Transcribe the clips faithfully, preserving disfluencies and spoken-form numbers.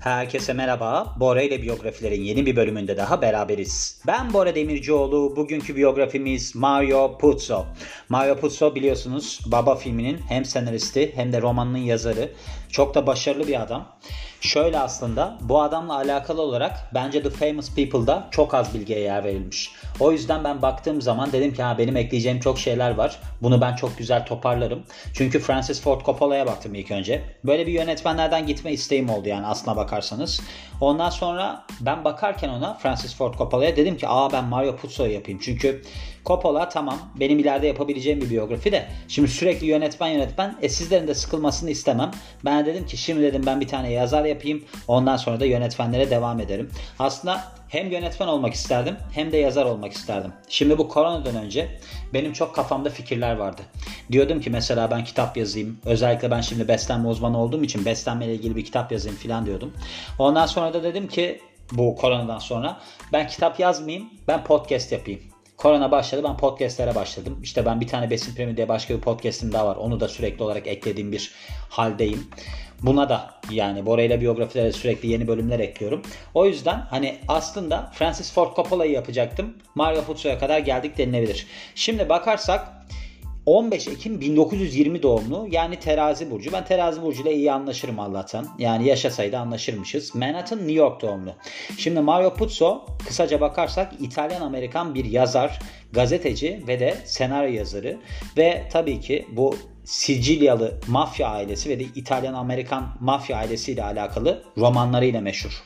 Herkese merhaba. Bora ile biyografilerin yeni bir bölümünde daha beraberiz. Ben Bora Demircioğlu. Bugünkü biyografimiz Mario Puzo. Mario Puzo biliyorsunuz Baba filminin hem senaristi hem de romanının yazarı. Çok da başarılı bir adam. Şöyle aslında bu adamla alakalı olarak bence The Famous People'da çok az bilgiye yer verilmiş. O yüzden ben baktığım zaman dedim ki ha benim ekleyeceğim çok şeyler var. Bunu ben çok güzel toparlarım. Çünkü Francis Ford Coppola'ya baktım ilk önce. Böyle bir yönetmenlerden gitme isteğim oldu yani aslına bakarsanız. Ondan sonra ben bakarken ona Francis Ford Coppola'ya dedim ki aa ben Mario Puzo'yu yapayım. Çünkü Coppola tamam benim ileride yapabileceğim bir biyografi de şimdi sürekli yönetmen yönetmen e sizlerin de sıkılmasını istemem. Ben dedim ki şimdi dedim ben bir tane yazar yapayım. Ondan sonra da yönetmenlere devam ederim. Aslında hem yönetmen olmak isterdim hem de yazar olmak isterdim. Şimdi bu koronadan önce benim çok kafamda fikirler vardı. Diyordum ki mesela ben kitap yazayım. Özellikle ben şimdi beslenme uzmanı olduğum için beslenmeyle ilgili bir kitap yazayım falan diyordum. Ondan sonra da dedim ki bu koronadan sonra ben kitap yazmayayım, ben podcast yapayım. Korona başladı, ben podcastlere başladım. İşte ben bir tane Besin Premi diye başka bir podcastim daha var. Onu da sürekli olarak eklediğim bir haldeyim. Buna da yani Bora ile biyografilere sürekli yeni bölümler ekliyorum. O yüzden hani aslında Francis Ford Coppola'yı yapacaktım. Mario Puzo'ya kadar geldik denilebilir. Şimdi bakarsak on beş Ekim bin dokuz yüz yirmi doğumlu, yani terazi burcu. Ben terazi burcuyla iyi anlaşırım Allah'tan. Yani yaşasaydı anlaşırmışız. Manhattan, New York doğumlu. Şimdi Mario Puzo kısaca bakarsak İtalyan-Amerikan bir yazar, gazeteci ve de senaryo yazarı. Ve tabii ki bu Sicilyalı mafya ailesi ve de İtalyan-Amerikan mafya ailesiyle alakalı romanlarıyla meşhur.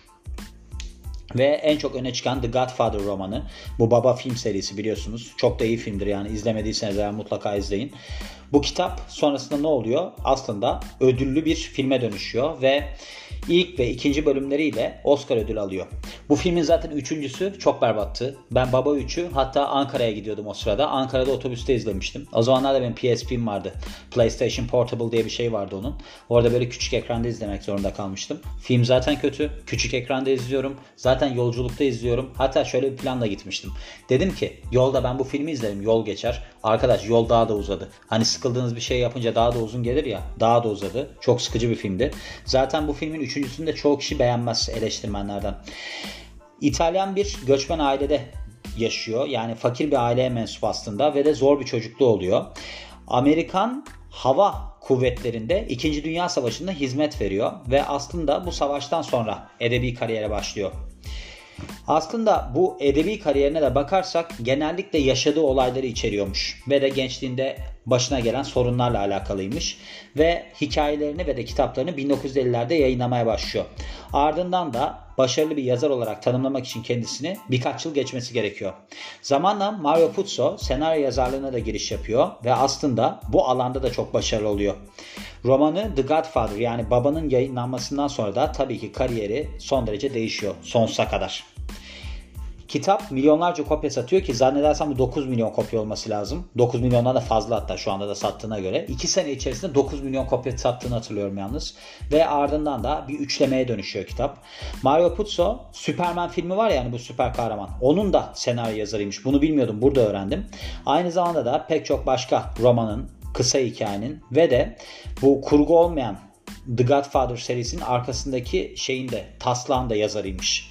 Ve en çok öne çıkan The Godfather romanı. Bu Baba film serisi biliyorsunuz. Çok da iyi filmdir yani izlemediyseniz eğer mutlaka izleyin. Bu kitap sonrasında ne oluyor? Aslında ödüllü bir filme dönüşüyor ve ilk ve ikinci bölümleriyle Oscar ödülü alıyor. Bu filmin zaten üçüncüsü çok berbattı. Ben Baba üçü hatta Ankara'ya gidiyordum o sırada. Ankara'da otobüste izlemiştim. O zamanlarda benim P S P'm vardı. PlayStation Portable diye bir şey vardı onun. Orada böyle küçük ekranda izlemek zorunda kalmıştım. Film zaten kötü. Küçük ekranda izliyorum. Zaten yolculukta izliyorum. Hatta şöyle bir planla gitmiştim. Dedim ki yolda ben bu filmi izlerim. Yol geçer. Arkadaş yol daha da uzadı. Hani sıkıldığınız bir şey yapınca daha da uzun gelir ya. Daha da uzadı. Çok sıkıcı bir filmdi. Zaten bu filmin üçüncüsünü de çoğu kişi beğenmez eleştirmenlerden. İtalyan bir göçmen ailede yaşıyor. Yani fakir bir aileye mensup aslında ve de zor bir çocukluğu oluyor. Amerikan Hava Kuvvetleri'nde İkinci Dünya Savaşı'nda hizmet veriyor ve aslında bu savaştan sonra edebi kariyere başlıyor. Aslında bu edebi kariyerine de bakarsak genellikle yaşadığı olayları içeriyormuş ve de gençliğinde başına gelen sorunlarla alakalıymış ve hikayelerini ve de kitaplarını bin dokuz yüz ellilerde yayınlamaya başlıyor. Ardından da başarılı bir yazar olarak tanımlamak için kendisini birkaç yıl geçmesi gerekiyor. Zamanla Mario Puzo senaryo yazarlığına da giriş yapıyor ve aslında bu alanda da çok başarılı oluyor. Romanı The Godfather yani Baba'nın yayınlanmasından sonra da tabii ki kariyeri son derece değişiyor sonsuza kadar. Kitap milyonlarca kopya satıyor ki zannedersem bu dokuz milyon kopya olması lazım. dokuz milyondan da fazla hatta şu anda da sattığına göre. iki sene içerisinde dokuz milyon kopya sattığını hatırlıyorum yalnız. Ve ardından da bir üçlemeye dönüşüyor kitap. Mario Puzo Superman filmi var ya yani bu süper kahraman. Onun da senaryo yazarıymış. Bunu bilmiyordum. Burada öğrendim. Aynı zamanda da pek çok başka romanın, kısa hikayenin ve de bu kurgu olmayan The Godfather serisinin arkasındaki şeyin de taslağın da yazarıymış.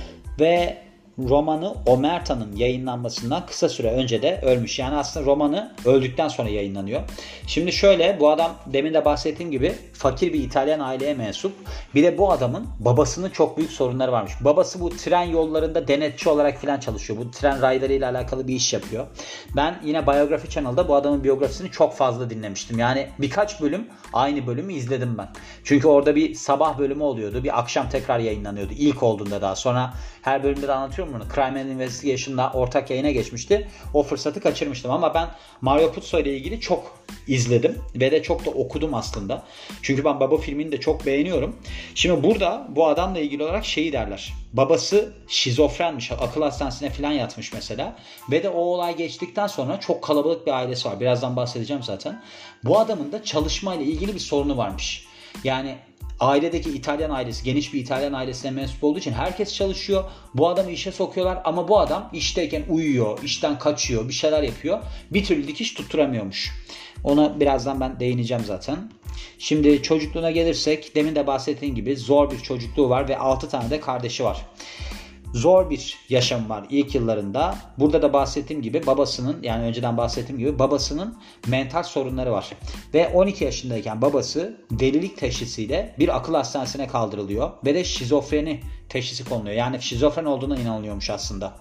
Ve romanı Omerta'nın yayınlanmasından kısa süre önce de ölmüş. Yani aslında romanı öldükten sonra yayınlanıyor. Şimdi şöyle bu adam demin de bahsettiğim gibi fakir bir İtalyan aileye mensup. Bir de bu adamın babasının çok büyük sorunları varmış. Babası bu tren yollarında denetçi olarak falan çalışıyor. Bu tren rayları ile alakalı bir iş yapıyor. Ben yine Biography Channel'da bu adamın biyografisini çok fazla dinlemiştim. Yani birkaç bölüm aynı bölümü izledim ben. Çünkü orada bir sabah bölümü oluyordu. Bir akşam tekrar yayınlanıyordu. İlk olduğunda daha. Sonra her bölümde de anlatıyorum bunu. Crime and Investigation'da ortak yayına geçmişti. O fırsatı kaçırmıştım ama ben Mario Puzo ile ilgili çok izledim ve de çok da okudum aslında. Çünkü ben Baba filmini de çok beğeniyorum. Şimdi burada bu adamla ilgili olarak şeyi derler. Babası şizofrenmiş. Akıl hastanesine falan yatmış mesela. Ve de o olay geçtikten sonra çok kalabalık bir ailesi var. Birazdan bahsedeceğim zaten. Bu adamın da çalışmayla ilgili bir sorunu varmış. Yani ailedeki İtalyan ailesi, geniş bir İtalyan ailesine mensup olduğu için herkes çalışıyor. Bu adamı işe sokuyorlar ama bu adam işteyken uyuyor, işten kaçıyor, bir şeyler yapıyor. Bir türlü dikiş tutturamıyormuş. Ona birazdan ben değineceğim zaten. Şimdi çocukluğuna gelirsek, demin de bahsettiğim gibi zor bir çocukluğu var ve altı tane de kardeşi var. Zor bir yaşam var ilk yıllarında. Burada da bahsettiğim gibi babasının, yani önceden bahsettiğim gibi babasının mental sorunları var. Ve on iki yaşındayken babası delilik teşhisiyle bir akıl hastanesine kaldırılıyor. Ve de şizofreni teşhisi konuluyor. Yani şizofren olduğuna inanılıyormuş aslında.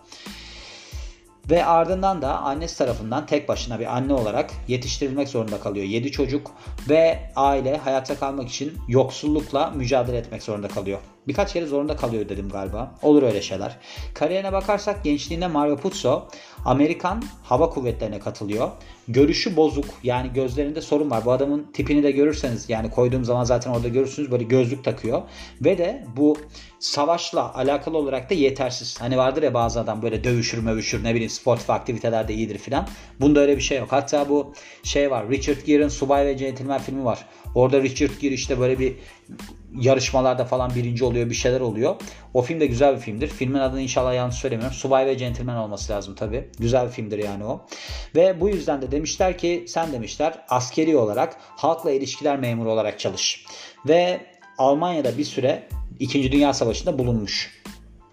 Ve ardından da annesi tarafından tek başına bir anne olarak yetiştirilmek zorunda kalıyor. yedi çocuk ve aile hayatta kalmak için yoksullukla mücadele etmek zorunda kalıyor. Birkaç kere zorunda kalıyor dedim galiba. Olur öyle şeyler. Kariyerine bakarsak gençliğinde Mario Puzo Amerikan Hava Kuvvetleri'ne katılıyor. Görüşü bozuk, yani gözlerinde sorun var. Bu adamın tipini de görürseniz, yani koyduğum zaman zaten orada görürsünüz, böyle gözlük takıyor. Ve de bu savaşla alakalı olarak da yetersiz. Hani vardır ya bazı adam böyle dövüşür mövüşür, ne bileyim sportif aktivitelerde iyidir filan. Bunda öyle bir şey yok. Hatta bu şey var, Richard Gere'ın Subay ve Gentleman filmi var. Orada Richard Gere işte böyle bir yarışmalarda falan birinci oluyor, bir şeyler oluyor. O film de güzel bir filmdir. Filmin adını inşallah yanlış söylemiyorum. Subay ve Gentleman olması lazım tabii. Güzel bir filmdir yani o. Ve bu yüzden de demişler ki, sen demişler askeri olarak halkla ilişkiler memuru olarak çalış. Ve Almanya'da bir süre İkinci Dünya Savaşı'nda bulunmuş.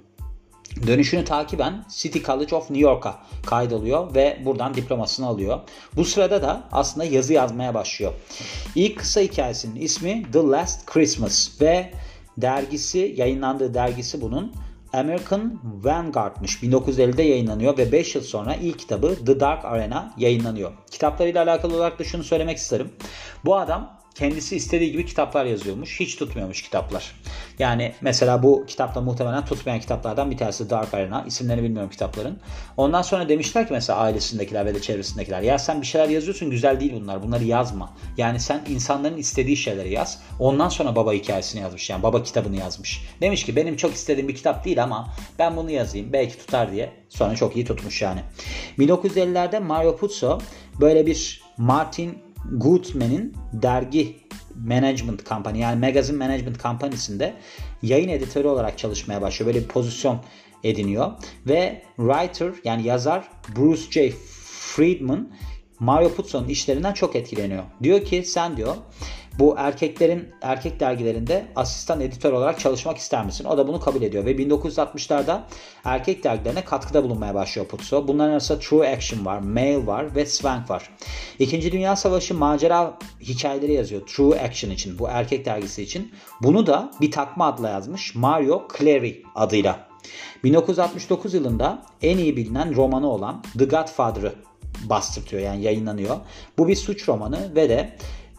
Dönüşünü takiben City College of New York'a kaydoluyor ve buradan diplomasını alıyor. Bu sırada da aslında yazı yazmaya başlıyor. İlk kısa hikayesinin ismi The Last Christmas ve dergisi, yayınlandığı dergisi bunun American Vanguard'mış. bin dokuz yüz ellide yayınlanıyor ve beş yıl sonra ilk kitabı The Dark Arena yayınlanıyor. Kitaplarıyla alakalı olarak da şunu söylemek isterim. Bu adam kendisi istediği gibi kitaplar yazıyormuş. Hiç tutmuyormuş kitaplar. Yani mesela bu kitapta muhtemelen tutmayan kitaplardan bir tanesi Dark Arena. İsimlerini bilmiyorum kitapların. Ondan sonra demişler ki mesela ailesindekiler ve de çevresindekiler, ya sen bir şeyler yazıyorsun, güzel değil bunlar. Bunları yazma. Yani sen insanların istediği şeyleri yaz. Ondan sonra baba hikayesini yazmış. Yani baba kitabını yazmış. Demiş ki benim çok istediğim bir kitap değil ama ben bunu yazayım, belki tutar diye. Sonra çok iyi tutmuş yani. bin dokuz yüz ellilerde Mario Puzo böyle bir Martin Goodman'in dergi management company, yani magazine management company'sinde yayın editörü olarak çalışmaya başlıyor. Böyle bir pozisyon ediniyor ve writer, yani yazar Bruce J. Friedman Mario Puzo'nun işlerinden çok etkileniyor. Diyor ki sen diyor bu erkeklerin erkek dergilerinde asistan editör olarak çalışmak ister misin? O da bunu kabul ediyor ve bin dokuz yüz altmışlarda erkek dergilerine katkıda bulunmaya başlıyor Puzo. Bunların arasında True Action var, Mail var ve Swank var. İkinci Dünya Savaşı macera hikayeleri yazıyor True Action için, bu erkek dergisi için. Bunu da bir takma adla yazmış, Mario Clary adıyla. bin dokuz yüz altmış dokuz yılında en iyi bilinen romanı olan The Godfather'ı bastırtıyor, yani yayınlanıyor. Bu bir suç romanı ve de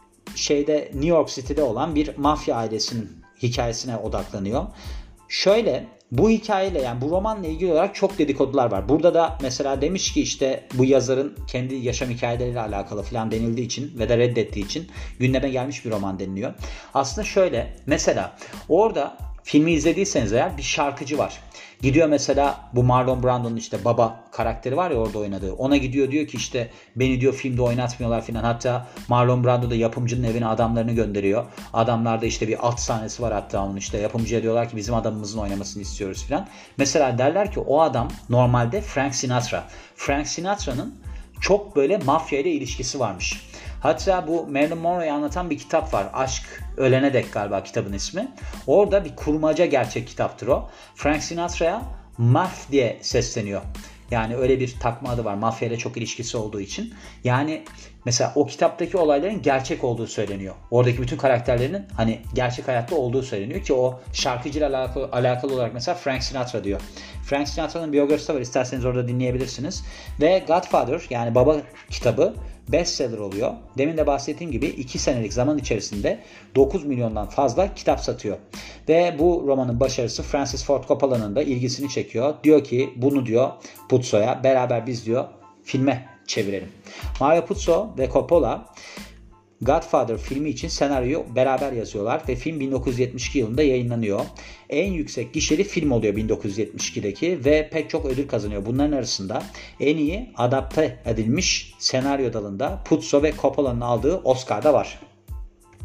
şeyde New York City'de olan bir mafya ailesinin hikayesine odaklanıyor. Şöyle, bu hikayeyle, yani bu romanla ilgili olarak çok dedikodular var. Burada da mesela demiş ki işte bu yazarın kendi yaşam hikayeleriyle alakalı falan denildiği için ve de reddettiği için gündeme gelmiş bir roman deniliyor. Aslında şöyle, mesela orada filmi izlediyseniz eğer bir şarkıcı var. Gidiyor mesela, bu Marlon Brando'nun işte baba karakteri var ya orada oynadığı. Ona gidiyor, diyor ki işte beni diyor filmde oynatmıyorlar filan. Hatta Marlon Brando da yapımcının evine adamlarını gönderiyor. Adamlarda işte bir alt sahnesi var hatta onun, işte yapımcıya diyorlar ki bizim adamımızın oynamasını istiyoruz filan. Mesela derler ki o adam normalde Frank Sinatra. Frank Sinatra'nın çok böyle mafya ile ilişkisi varmış. Hatta bu Marilyn Monroe'yu anlatan bir kitap var. Aşk Ölene Dek galiba kitabın ismi. Orada bir kurmaca gerçek kitaptır o. Frank Sinatra'ya Maf diye sesleniyor. Yani öyle bir takma adı var. Mafya ile çok ilişkisi olduğu için. Yani mesela o kitaptaki olayların gerçek olduğu söyleniyor. Oradaki bütün karakterlerinin hani gerçek hayatta olduğu söyleniyor ki o şarkıcıyla alakalı, alakalı olarak mesela Frank Sinatra diyor. Frank Sinatra'nın biyografisi var. İsterseniz orada dinleyebilirsiniz. Ve Godfather, yani baba kitabı bestseller oluyor. Demin de bahsettiğim gibi iki senelik zaman içerisinde dokuz milyondan fazla kitap satıyor. Ve bu romanın başarısı Francis Ford Coppola'nın da ilgisini çekiyor. Diyor ki bunu diyor Puzo'ya beraber biz diyor filme çevirelim. Mario Puzo ve Coppola Godfather filmi için senaryoyu beraber yazıyorlar ve film bin dokuz yüz yetmiş iki yılında yayınlanıyor. En yüksek gişeli film oluyor bin dokuz yüz yetmiş ikideki ve pek çok ödül kazanıyor. Bunların arasında en iyi adapte edilmiş senaryo dalında Puzo ve Coppola'nın aldığı Oscar'da var.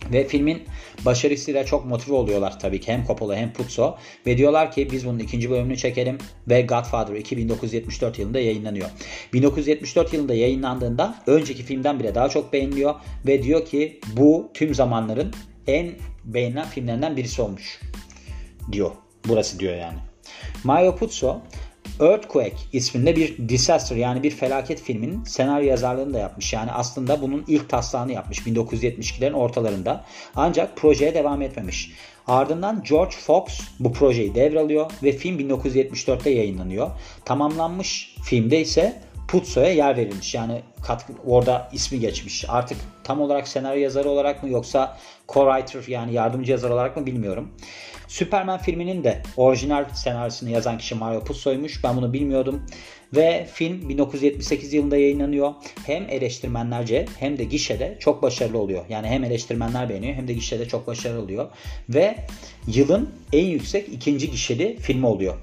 Ve filmin başarısıyla çok motive oluyorlar tabii ki hem Coppola hem Puzo ve diyorlar ki biz bunun ikinci bölümünü çekelim ve Godfather iki bin dokuz yüz yetmiş dört yılında yayınlanıyor. bin dokuz yüz yetmiş dört yılında yayınlandığında önceki filmden bile daha çok beğeniliyor ve diyor ki bu tüm zamanların en beğenilen filmlerinden birisi olmuş diyor. Burası diyor yani. Mario Puzo Earthquake isminde bir disaster yani bir felaket filminin senaryo yazarlığını da yapmış. Yani aslında bunun ilk taslağını yapmış bin dokuz yüz yetmiş ikilerin ortalarında. Ancak projeye devam etmemiş. Ardından George Fox bu projeyi devralıyor ve film bin dokuz yüz yetmiş dörtte yayınlanıyor. Tamamlanmış filmde ise Puzo'ya yer verilmiş. Yani katkı, orada ismi geçmiş. Artık tam olarak senaryo yazarı olarak mı yoksa co-writer yani yardımcı yazar olarak mı bilmiyorum. Superman filminin de orijinal senaryosunu yazan kişi Mario Puzo'ymuş. Ben bunu bilmiyordum. Ve film bin dokuz yüz yetmiş sekiz yılında yayınlanıyor. Hem eleştirmenlerce hem de gişede çok başarılı oluyor. Yani hem eleştirmenler beğeniyor hem de gişede çok başarılı oluyor. Ve yılın en yüksek ikinci gişeli filmi oluyor.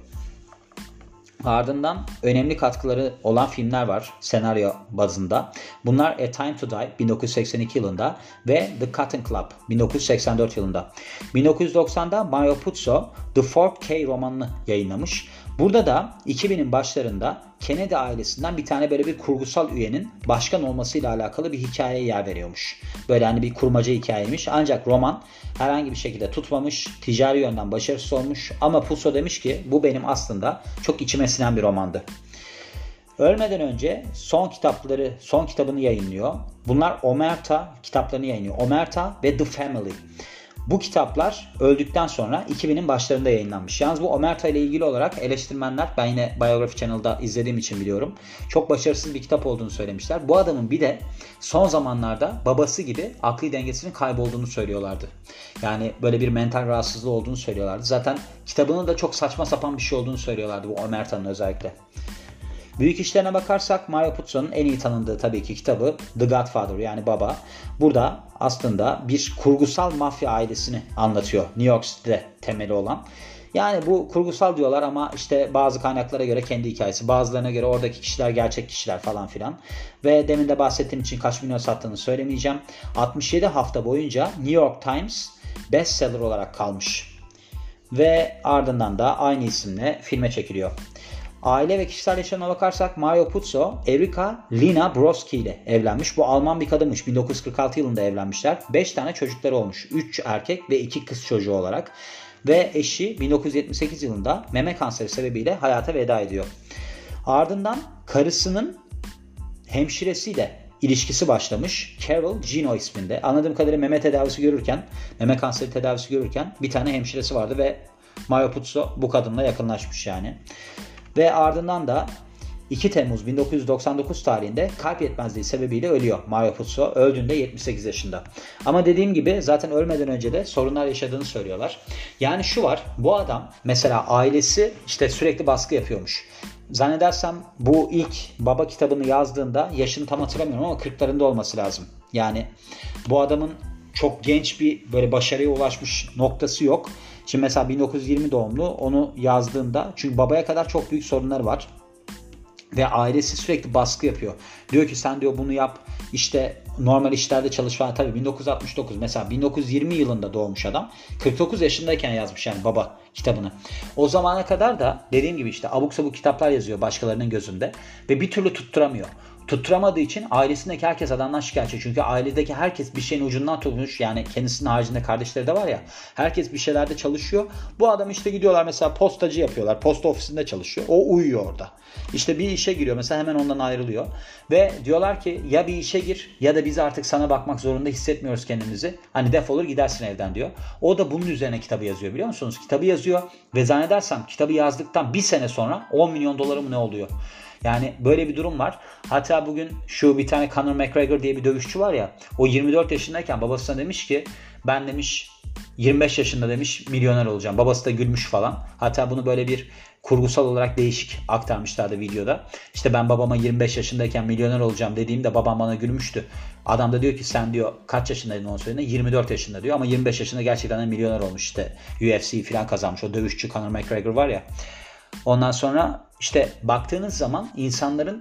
Ardından önemli katkıları olan filmler var senaryo bazında. Bunlar A Time to Die bin dokuz yüz seksen iki yılında ve The Cotton Club bin dokuz yüz seksen dört yılında. bin dokuz yüz doksanda Mario Puzo The Fourth K romanını yayınlamış. Burada da iki binin başlarında Kennedy ailesinden bir tane böyle bir kurgusal üyenin başkan olmasıyla alakalı bir hikayeye yer veriyormuş. Böyle hani bir kurmaca hikayeymiş. Ancak roman herhangi bir şekilde tutmamış, ticari yönden başarısız olmuş. Ama Puzo demiş ki bu benim aslında çok içime sinen bir romandı. Ölmeden önce son kitapları, son kitabını yayınlıyor. Bunlar Omerta kitaplarını yayınlıyor. Omerta ve The Family. Bu kitaplar öldükten sonra iki binin başlarında yayınlanmış. Yalnız bu Omerta ile ilgili olarak eleştirmenler, ben yine Biography Channel'da izlediğim için biliyorum, çok başarısız bir kitap olduğunu söylemişler. Bu adamın bir de son zamanlarda babası gibi akli dengesinin kaybolduğunu söylüyorlardı. Yani böyle bir mental rahatsızlığı olduğunu söylüyorlardı. Zaten kitabının da çok saçma sapan bir şey olduğunu söylüyorlardı bu Omerta'nın özellikle. Büyük işlerine bakarsak Mario Puzo'nun en iyi tanındığı tabii ki kitabı The Godfather yani Baba. Burada aslında bir kurgusal mafya ailesini anlatıyor. New York City'de temeli olan. Yani bu kurgusal diyorlar ama işte bazı kaynaklara göre kendi hikayesi. Bazılarına göre oradaki kişiler gerçek kişiler falan filan. Ve demin de bahsettiğim için kaç milyon sattığını söylemeyeceğim. altmış yedi hafta boyunca New York Times bestseller olarak kalmış. Ve ardından da aynı isimle filme çekiliyor. Aile ve kişisel yaşamına bakarsak Mario Puzo, Erika Lina Broski ile evlenmiş. Bu Alman bir kadınmış. bin dokuz yüz kırk altı yılında evlenmişler. beş tane çocukları olmuş. üç erkek ve iki kız çocuğu olarak. Ve eşi bin dokuz yüz yetmiş sekiz yılında meme kanseri sebebiyle hayata veda ediyor. Ardından karısının hemşiresiyle ilişkisi başlamış. Carol Gino isminde. Anladığım kadarıyla meme tedavisi görürken, meme kanseri tedavisi görürken bir tane hemşiresi vardı ve Mario Puzo bu kadınla yakınlaşmış yani. Ve ardından da iki Temmuz bin dokuz yüz doksan dokuz tarihinde kalp yetmezliği sebebiyle ölüyor Mario Puzo. Öldüğünde yetmiş sekiz yaşında. Ama dediğim gibi zaten ölmeden önce de sorunlar yaşadığını söylüyorlar. Yani şu var, bu adam mesela ailesi işte sürekli baskı yapıyormuş. Zannedersem bu ilk Baba kitabını yazdığında yaşını tam hatırlamıyorum ama kırklarında olması lazım. Yani bu adamın çok genç bir böyle başarıya ulaşmış noktası yok. Şimdi mesela bin dokuz yüz yirmi doğumlu onu yazdığında çünkü babaya kadar çok büyük sorunları var. Ve ailesi sürekli baskı yapıyor. Diyor ki sen diyor bunu yap. İşte normal işlerde çalış falan. Tabii bin dokuz yüz altmış dokuz mesela bin dokuz yüz yirmi yılında doğmuş adam. kırk dokuz yaşındayken yazmış yani Baba kitabını. O zamana kadar da dediğim gibi işte abuk sabuk kitaplar yazıyor başkalarının gözünde. Ve bir türlü tutturamıyor. Tutturamadığı için ailesindeki herkes adamdan şikayetçi. Çünkü ailedeki herkes bir şeyin ucundan tutmuş. Yani kendisinin haricinde kardeşleri de var ya. Herkes bir şeylerde çalışıyor. Bu adam işte gidiyorlar mesela postacı yapıyorlar. Posta ofisinde çalışıyor. O uyuyor orada. İşte bir işe giriyor. Mesela hemen ondan ayrılıyor. Ve diyorlar ki ya bir işe gir ya da biz artık sana bakmak zorunda hissetmiyoruz kendimizi. Hani defolur gidersin evden diyor. O da bunun üzerine kitabı yazıyor biliyor musunuz? Kitabı yazıyor ve zannedersem kitabı yazdıktan bir sene sonra on milyon doları mı ne oluyor? Yani böyle bir durum var. Hatta bugün şu bir tane Conor McGregor diye bir dövüşçü var ya. O yirmi dört yaşındayken babasına demiş ki ben demiş yirmi beş yaşında demiş milyoner olacağım. Babası da gülmüş falan. Hatta bunu böyle bir kurgusal olarak değişik aktarmışlardı videoda. İşte ben babama yirmi beş yaşındayken milyoner olacağım dediğimde babam bana gülmüştü. Adam da diyor ki sen diyor kaç yaşındaydın onu söylediğinde yirmi dört yaşında diyor ama yirmi beş yaşında gerçekten de milyoner olmuş işte. U F C falan kazanmış o dövüşçü Conor McGregor var ya. Ondan sonra işte baktığınız zaman insanların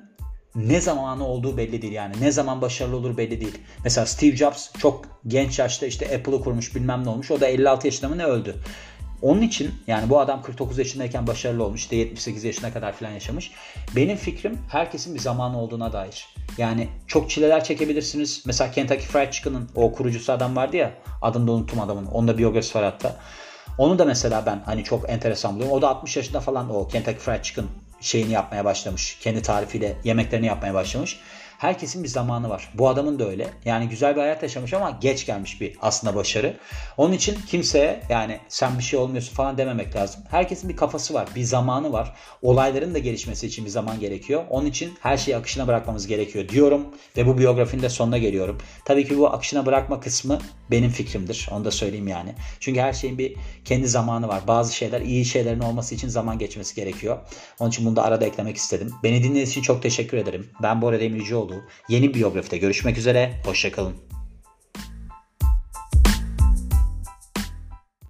ne zamanı olduğu belli değil yani. Ne zaman başarılı olur belli değil. Mesela Steve Jobs çok genç yaşta işte Apple'ı kurmuş, bilmem ne olmuş. O da elli altı yaşında mı ne öldü. Onun için yani bu adam kırk dokuz yaşındayken başarılı olmuş. İşte yetmiş sekiz yaşına kadar falan yaşamış. Benim fikrim herkesin bir zamanı olduğuna dair. Yani çok çileler çekebilirsiniz. Mesela Kentucky Fried Chicken'ın o kurucusu adam vardı ya. Adını da unuttum adamın. Onun da biyografisi var hatta. Onu da mesela ben hani çok enteresan buluyorum. O da altmış yaşında falan o Kentucky Fried Chicken şeyini yapmaya başlamış. Kendi tarifiyle yemeklerini yapmaya başlamış. Herkesin bir zamanı var. Bu adamın da öyle. Yani güzel bir hayat yaşamış ama geç gelmiş bir aslında başarı. Onun için kimseye yani sen bir şey olmuyorsun falan dememek lazım. Herkesin bir kafası var. Bir zamanı var. Olayların da gelişmesi için bir zaman gerekiyor. Onun için her şeyi akışına bırakmamız gerekiyor diyorum. Ve bu biyografinin de sonuna geliyorum. Tabii ki bu akışına bırakma kısmı benim fikrimdir. Onu da söyleyeyim yani. Çünkü her şeyin bir kendi zamanı var. Bazı şeyler iyi şeylerin olması için zaman geçmesi gerekiyor. Onun için bunu da arada eklemek istedim. Beni dinlediğiniz için çok teşekkür ederim. Ben Bora Demircioğlu. Yeni biyografide görüşmek üzere. Hoşça kalın.